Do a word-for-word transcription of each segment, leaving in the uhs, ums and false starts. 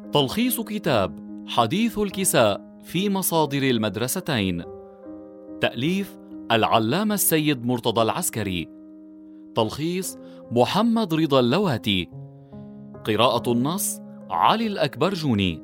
تلخيص كتاب حديث الكساء في مصادر المدرستين، تأليف العلامة السيد مرتضى العسكري، تلخيص محمد رضا اللواتي، قراءة النص علي الأكبرجوني.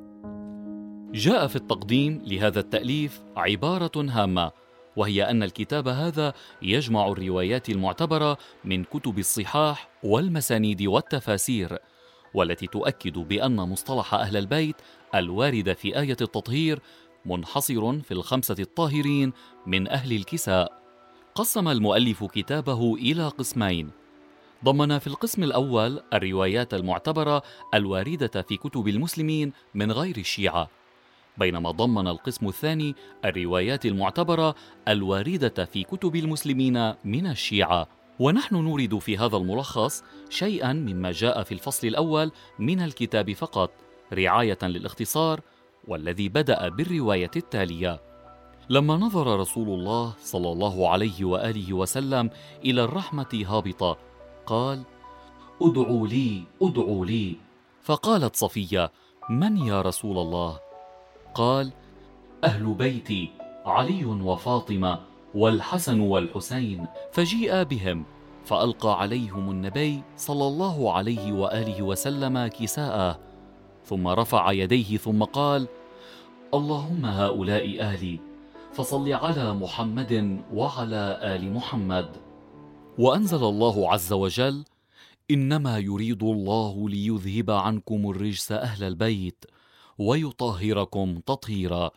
جاء في التقديم لهذا التأليف عبارة هامة، وهي أن الكتاب هذا يجمع الروايات المعتبرة من كتب الصحاح والمسانيد والتفاسير، والتي تؤكد بأن مصطلح أهل البيت الوارد في آية التطهير منحصر في الخمسة الطاهرين من أهل الكساء. قسم المؤلف كتابه إلى قسمين، ضمن في القسم الأول الروايات المعتبرة الواردة في كتب المسلمين من غير الشيعة، بينما ضمن القسم الثاني الروايات المعتبرة الواردة في كتب المسلمين من الشيعة. ونحن نورد في هذا الملخص شيئا مما جاء في الفصل الأول من الكتاب فقط، رعاية للاختصار، والذي بدأ بالرواية التالية: لما نظر رسول الله صلى الله عليه وآله وسلم إلى الرحمة هابطة قال: ادعوا لي ادعوا لي. فقالت صفية: من يا رسول الله؟ قال: أهل بيتي علي وفاطمة والحسن والحسين. فجيء بهم فألقى عليهم النبي صلى الله عليه وآله وسلم كساءه، ثم رفع يديه ثم قال: اللهم هؤلاء أهلي فصل على محمد وعلى آل محمد. وأنزل الله عز وجل: إنما يريد الله ليذهب عنكم الرجس أهل البيت ويطهركم تطهيرا.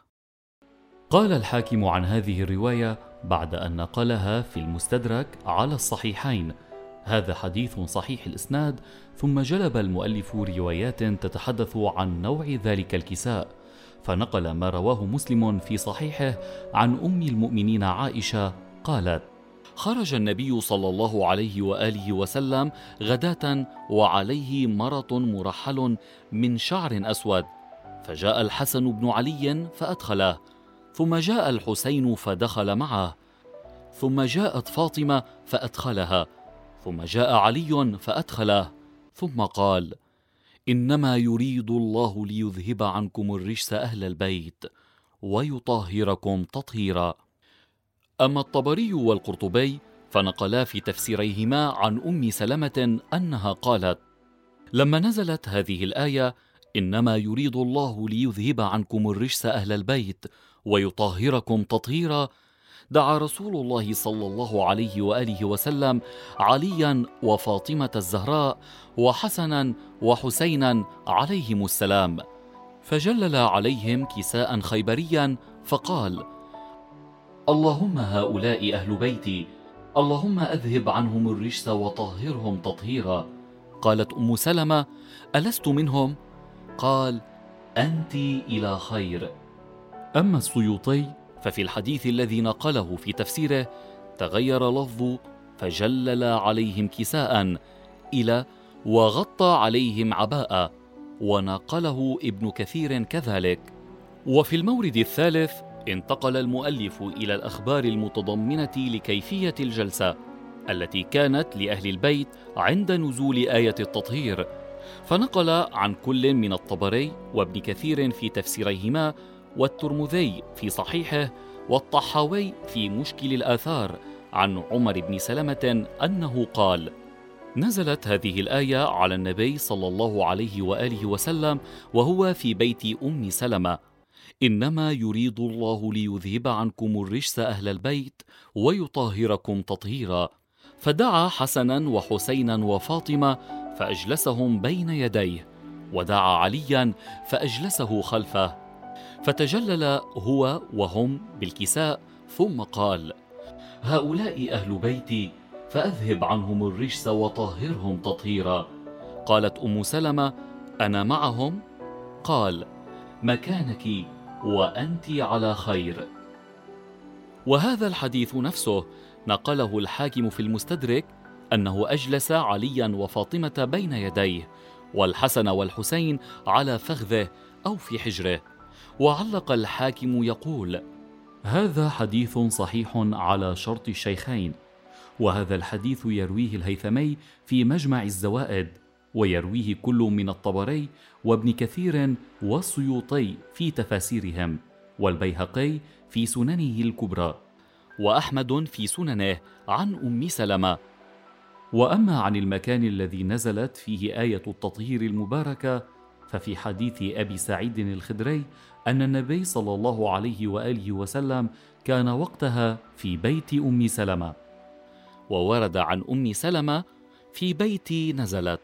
قال الحاكم عن هذه الرواية بعد أن نقلها في المستدرك على الصحيحين: هذا حديث صحيح الإسناد. ثم جلب المؤلف روايات تتحدث عن نوع ذلك الكساء، فنقل ما رواه مسلم في صحيحه عن أم المؤمنين عائشة قالت: خرج النبي صلى الله عليه وآله وسلم غداة وعليه مرط مرحل من شعر أسود، فجاء الحسن بن علي فأدخله، ثم جاء الحسين فدخل معه، ثم جاءت فاطمة فأدخلها، ثم جاء علي فأدخله، ثم قال: إنما يريد الله ليذهب عنكم الرجس أهل البيت ويطهركم تطهيرا. أما الطبري والقرطبي فنقلا في تفسيريهما عن أم سلمة أنها قالت: لما نزلت هذه الآية إنما يريد الله ليذهب عنكم الرجس أهل البيت ويطهركم تطهيرا، دعا رسول الله صلى الله عليه وآله وسلم عليا وفاطمة الزهراء وحسنا وحسينا عليهم السلام، فجلل عليهم كساء خيبريا فقال: اللهم هؤلاء أهل بيتي، اللهم أذهب عنهم الرجس وطهرهم تطهيرا. قالت أم سلمة: ألست منهم؟ قال: أنت إلى خير. أما السيوطي ففي الحديث الذي نقله في تفسيره تغير لفظ فجلل عليهم كساء إلى وغطى عليهم عباءة، ونقله ابن كثير كذلك. وفي المورد الثالث انتقل المؤلف إلى الأخبار المتضمنة لكيفية الجلسة التي كانت لأهل البيت عند نزول آية التطهير، فنقل عن كل من الطبري وابن كثير في تفسيريهما، والترمذي في صحيحه، والطحاوي في مشكل الآثار عن عمر بن سلمة أنه قال: نزلت هذه الآية على النبي صلى الله عليه وآله وسلم وهو في بيت أم سلمة: إنما يريد الله ليذهب عنكم الرجس أهل البيت ويطهركم تطهيرا. فدعا حسنا وحسينا وفاطمة فأجلسهم بين يديه، ودعا عليا فأجلسه خلفه، فتجلل هو وهم بالكساء، ثم قال: هؤلاء أهل بيتي فأذهب عنهم الرجس وطهرهم تطهيرا. قالت أم سلمة: أنا معهم؟ قال: مكانك وأنت على خير. وهذا الحديث نفسه نقله الحاكم في المستدرك أنه أجلس عليا وفاطمة بين يديه، والحسن والحسين على فخذه أو في حجره. وعلق الحاكم يقول: هذا حديث صحيح على شرط الشيخين. وهذا الحديث يرويه الهيثمي في مجمع الزوائد، ويرويه كل من الطبري وابن كثير والسيوطي في تفاسيرهم، والبيهقي في سننه الكبرى، وأحمد في سننه عن أم سلمة. وأما عن المكان الذي نزلت فيه آية التطهير المباركة، ففي حديث أبي سعيد الخدري أن النبي صلى الله عليه وآله وسلم كان وقتها في بيت أم سلمة. وورد عن أم سلمة في بيت نزلت.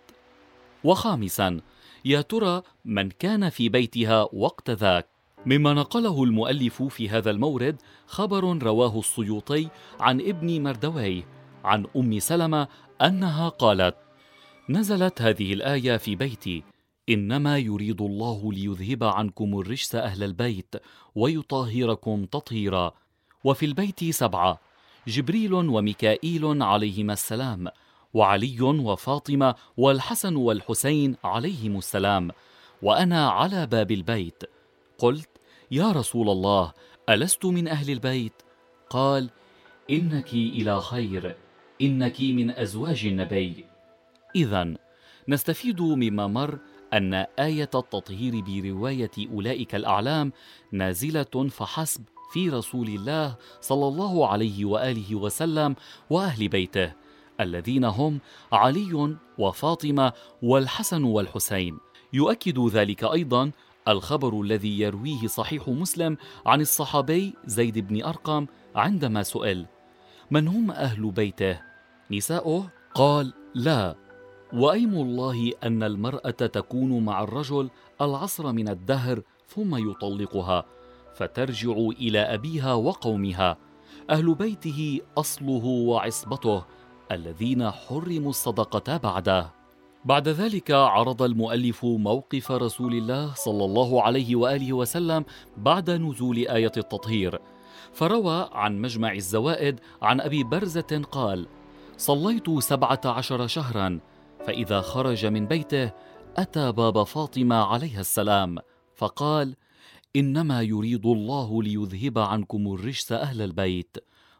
وخامسا، يا ترى من كان في بيتها وقت ذاك؟ مما نقله المؤلف في هذا المورد خبر رواه السيوطي عن ابن مردويه عن أم سلمة أنها قالت: نزلت هذه الآية في بيتي: إنما يريد الله ليذهب عنكم الرجس أهل البيت ويطهركم تطهيرا. وفي البيت سبعة: جبريل وميكائيل عليهما السلام، وعلي وفاطمة والحسن والحسين عليهم السلام، وأنا على باب البيت. قلت: يا رسول الله، ألست من أهل البيت؟ قال: إنك إلى خير، إنك من أزواج النبي. إذن نستفيد مما مر أن آية التطهير برواية أولئك الأعلام نازلة فحسب في رسول الله صلى الله عليه وآله وسلم وأهل بيته، الذين هم علي وفاطمة والحسن والحسين. يؤكد ذلك أيضا الخبر الذي يرويه صحيح مسلم عن الصحابي زيد بن أرقم عندما سئل: من هم أهل بيته؟ نساؤه؟ قال: لا، وأيم الله أن المرأة تكون مع الرجل العصر من الدهر ثم يطلقها فترجع إلى أبيها وقومها، أهل بيته أصله وعصبته الذين حرموا الصدقة بعده. بعد ذلك عرض المؤلف موقف رسول الله صلى الله عليه وآله وسلم بعد نزول آية التطهير، فروى عن مجمع الزوائد عن أبي برزة قال: صليت سبعة عشر شهرا، فإذا خرج من بيته أتى باب فاطمة عليها السلام فقال: إنما يريد الله ليذهب عنكم الرجس أهل البيت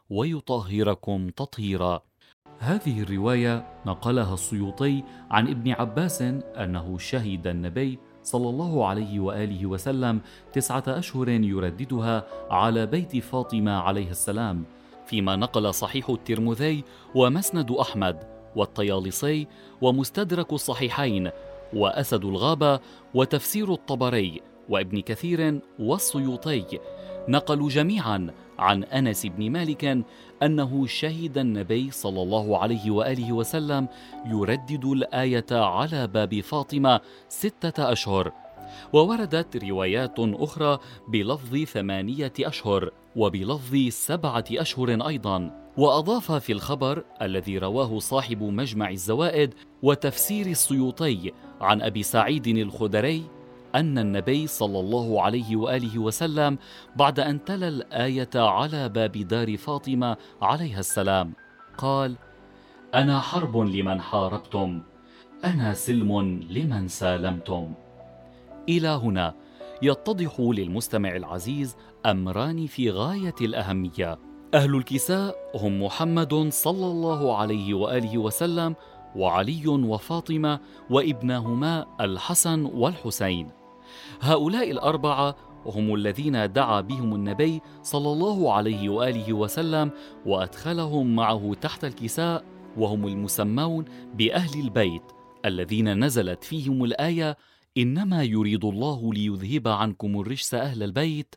ويطهركم تطهيرا. هذه الرواية نقلها السيوطي عن ابن عباس أنه شهد النبي صلى الله عليه وآله وسلم تسعة أشهر يرددها على بيت فاطمة عليه السلام، فيما نقل صحيح الترمذي ومسند أحمد والطيالسي ومستدرك الصحيحين وأسد الغابة وتفسير الطبري وابن كثير والسيوطي، نقلوا جميعا عن أنس بن مالك أنه شهد النبي صلى الله عليه وآله وسلم يردد الآية على باب فاطمة ستة أشهر. ووردت روايات أخرى بلفظ ثمانية أشهر وبلفظ سبعة أشهر أيضا. وأضاف في الخبر الذي رواه صاحب مجمع الزوائد وتفسير السيوطي عن أبي سعيد الخدري أن النبي صلى الله عليه وآله وسلم بعد أن تلا الآية على باب دار فاطمة عليها السلام قال: أنا حرب لمن حاربتم، أنا سلم لمن سالمتم. إلى هنا يتضح للمستمع العزيز أمران في غاية الأهمية: أهل الكساء هم محمد صلى الله عليه وآله وسلم وعلي وفاطمة وابنهما الحسن والحسين. هؤلاء الأربعة هم الذين دعا بهم النبي صلى الله عليه وآله وسلم وأدخلهم معه تحت الكساء، وهم المسمون بأهل البيت الذين نزلت فيهم الآية: إنما يريد الله ليذهب عنكم الرجس أهل البيت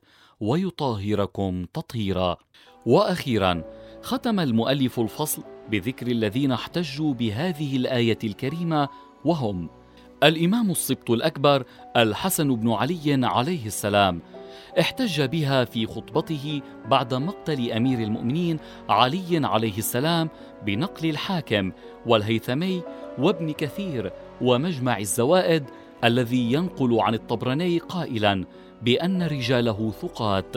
ويطهركم تطهيرا. وأخيرا ختم المؤلف الفصل بذكر الذين احتجوا بهذه الآية الكريمة، وهم الإمام السبط الأكبر الحسن بن علي عليه السلام، احتج بها في خطبته بعد مقتل أمير المؤمنين علي عليه السلام بنقل الحاكم والهيثمي وابن كثير ومجمع الزوائد الذي ينقل عن الطبراني قائلا بأن رجاله ثقات.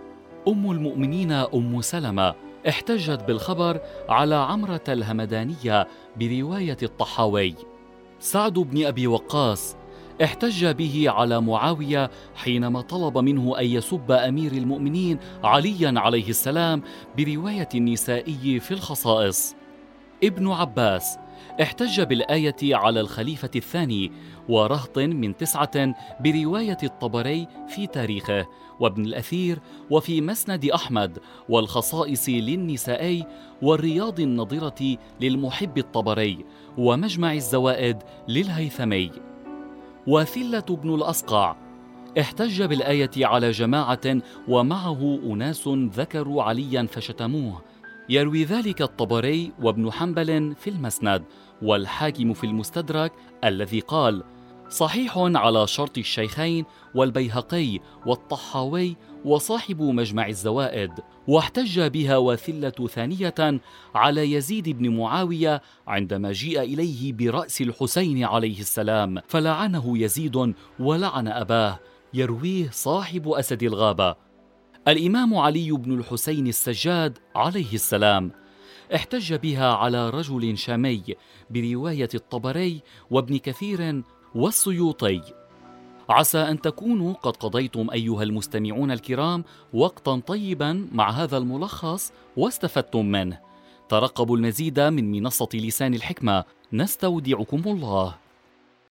أم المؤمنين أم سلمة احتجت بالخبر على عمرة الهمدانية برواية الطحاوي. سعد بن أبي وقاص احتج به على معاوية حينما طلب منه أن يسب أمير المؤمنين عليا عليه السلام برواية النسائي في الخصائص. ابن عباس احتج بالآية على الخليفة الثاني ورهط من تسعة برواية الطبري في تاريخه وابن الأثير وفي مسند أحمد والخصائص للنسائي والرياض النظرة للمحب الطبري ومجمع الزوائد للهيثمي. وثلة بن الأصقع احتج بالآية على جماعة ومعه أناس ذكروا عليا فشتموه، يروي ذلك الطبري وابن حنبل في المسند والحاكم في المستدرك الذي قال صحيح على شرط الشيخين والبيهقي والطحاوي وصاحب مجمع الزوائد. واحتج بها وثلة ثانية على يزيد بن معاوية عندما جيء إليه برأس الحسين عليه السلام فلعنه يزيد ولعن أباه، يرويه صاحب أسد الغابة. الإمام علي بن الحسين السجاد عليه السلام احتج بها على رجل شامي برواية الطبري وابن كثير والسيوطي. عسى أن تكونوا قد قضيتم أيها المستمعون الكرام وقتا طيبا مع هذا الملخص واستفدتم منه. ترقبوا المزيد من منصة لسان الحكمة. نستودعكم الله.